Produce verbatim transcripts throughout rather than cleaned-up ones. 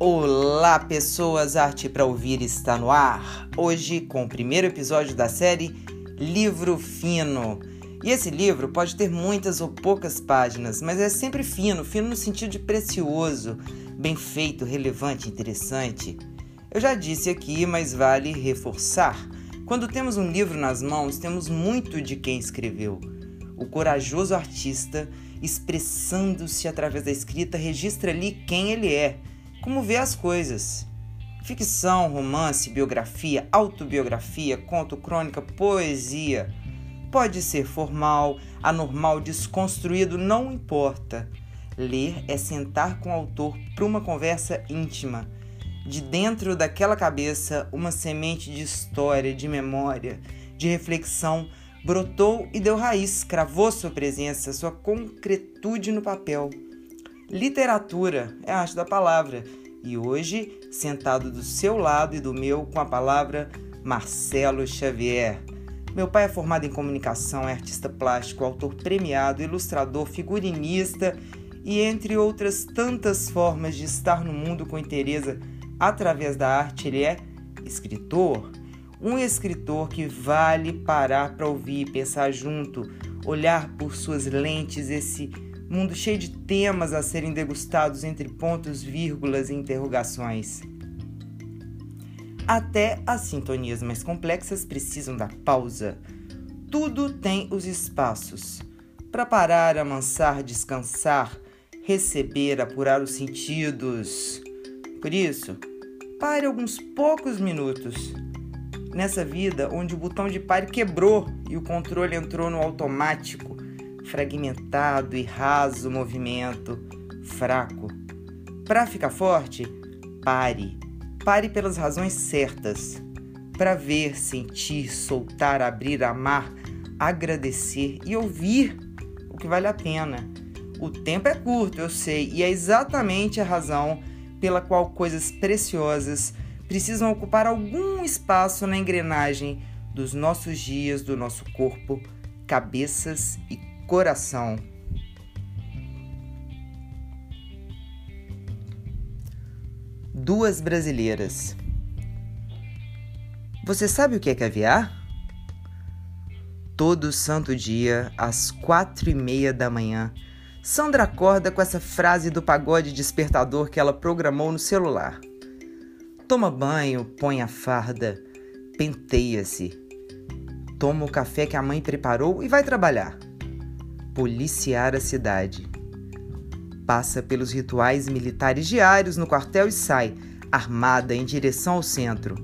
Olá, pessoas! Arte para Ouvir está no ar. Hoje com o primeiro episódio da série Livro Fino. E esse livro pode ter muitas ou poucas páginas, mas é sempre fino, fino no sentido de precioso, bem feito, relevante, interessante. Eu já disse aqui, mas vale reforçar. Quando temos um livro nas mãos, temos muito de quem escreveu. O corajoso artista, expressando-se através da escrita, registra ali quem ele é, como vê as coisas. Ficção, romance, biografia, autobiografia, conto, crônica, poesia. Pode ser formal, anormal, desconstruído, não importa. Ler é sentar com o autor para uma conversa íntima. De dentro daquela cabeça, uma semente de história, de memória, de reflexão, brotou e deu raiz, cravou sua presença, sua concretude no papel. Literatura é a arte da palavra. E hoje, sentado do seu lado e do meu, com a palavra, Marcelo Xavier. Meu pai é formado em comunicação, é artista plástico, autor premiado, ilustrador, figurinista e entre outras tantas formas de estar no mundo com interesse através da arte, ele é escritor. Um escritor que vale parar para ouvir, pensar junto, olhar por suas lentes esse mundo cheio de temas a serem degustados entre pontos, vírgulas e interrogações. Até as sintonias mais complexas precisam da pausa. Tudo tem os espaços para parar, amansar, descansar, receber, apurar os sentidos. Por isso, pare alguns poucos minutos. Nessa vida onde o botão de pare quebrou e o controle entrou no automático, fragmentado e raso movimento, fraco. Para ficar forte, pare. Pare pelas razões certas. Para ver, sentir, soltar, abrir, amar, agradecer e ouvir o que vale a pena. O tempo é curto, eu sei, e é exatamente a razão pela qual coisas preciosas precisam ocupar algum espaço na engrenagem dos nossos dias, do nosso corpo, cabeças e coração. Duas brasileiras. Você sabe o que é caviar? Todo santo dia, às quatro e meia da manhã, Sandra acorda com essa frase do pagode despertador que ela programou no celular. Toma banho, põe a farda, penteia-se. Toma o café que a mãe preparou e vai trabalhar. Policiar a cidade. Passa pelos rituais militares diários no quartel e sai, armada, em direção ao centro.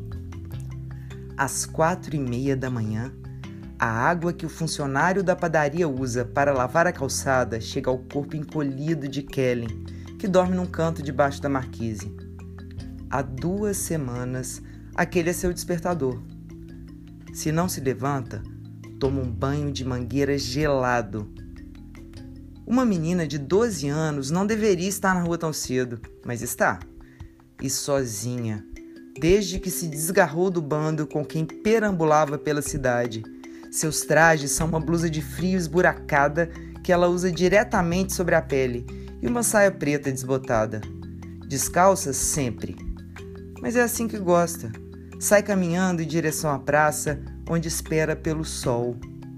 Às quatro e meia da manhã, a água que o funcionário da padaria usa para lavar a calçada chega ao corpo encolhido de Kellen, que dorme num canto debaixo da marquise. Há duas semanas, aquele é seu despertador. Se não se levanta, toma um banho de mangueira gelado. Uma menina de doze anos não deveria estar na rua tão cedo, mas está. E sozinha, desde que se desgarrou do bando com quem perambulava pela cidade. Seus trajes são uma blusa de frio esburacada que ela usa diretamente sobre a pele e uma saia preta desbotada. Descalça sempre. Mas é assim que gosta. Sai caminhando em direção à praça, onde espera pelo sol.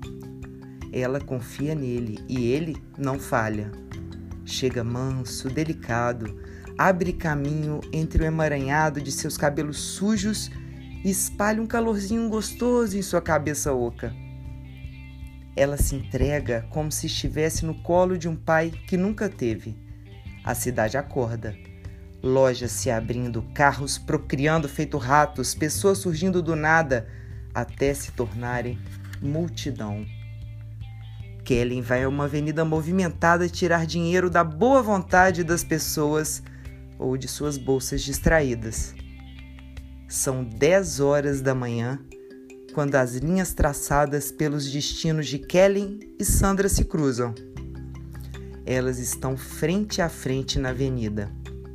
Ela confia nele e ele não falha. Chega manso, delicado, abre caminho entre o emaranhado de seus cabelos sujos e espalha um calorzinho gostoso em sua cabeça oca. Ela se entrega como se estivesse no colo de um pai que nunca teve. A cidade acorda. Lojas se abrindo, carros procriando feito ratos, pessoas surgindo do nada até se tornarem multidão. Kellen vai a uma avenida movimentada tirar dinheiro da boa vontade das pessoas ou de suas bolsas distraídas. São dez horas da manhã quando as linhas traçadas pelos destinos de Kellen e Sandra se cruzam. Elas estão frente a frente na avenida.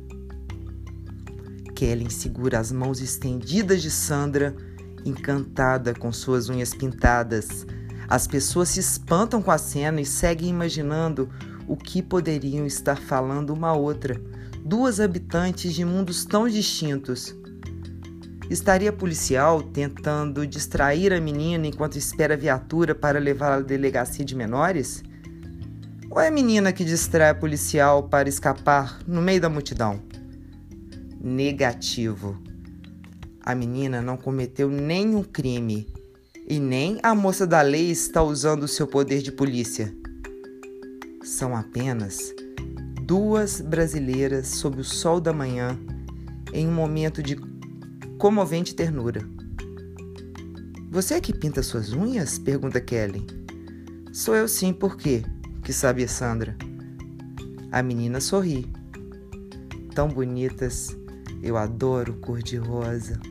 Kellen segura as mãos estendidas de Sandra, encantada com suas unhas pintadas. As pessoas se espantam com a cena e seguem imaginando o que poderiam estar falando uma outra Duas habitantes de mundos tão distintos. Estaria policial tentando distrair a menina enquanto espera a viatura para levá-la à delegacia de menores? Ou é a menina que distrai a policial para escapar no meio da multidão? Negativo. A menina não cometeu nenhum crime e nem a moça da lei está usando o seu poder de polícia. São apenas duas brasileiras sob o sol da manhã em um momento de comovente ternura. Você é que pinta suas unhas? Pergunta Kelly. Sou eu sim, por quê? Que sabe Sandra. A menina sorri. Tão bonitas, eu adoro cor de rosa.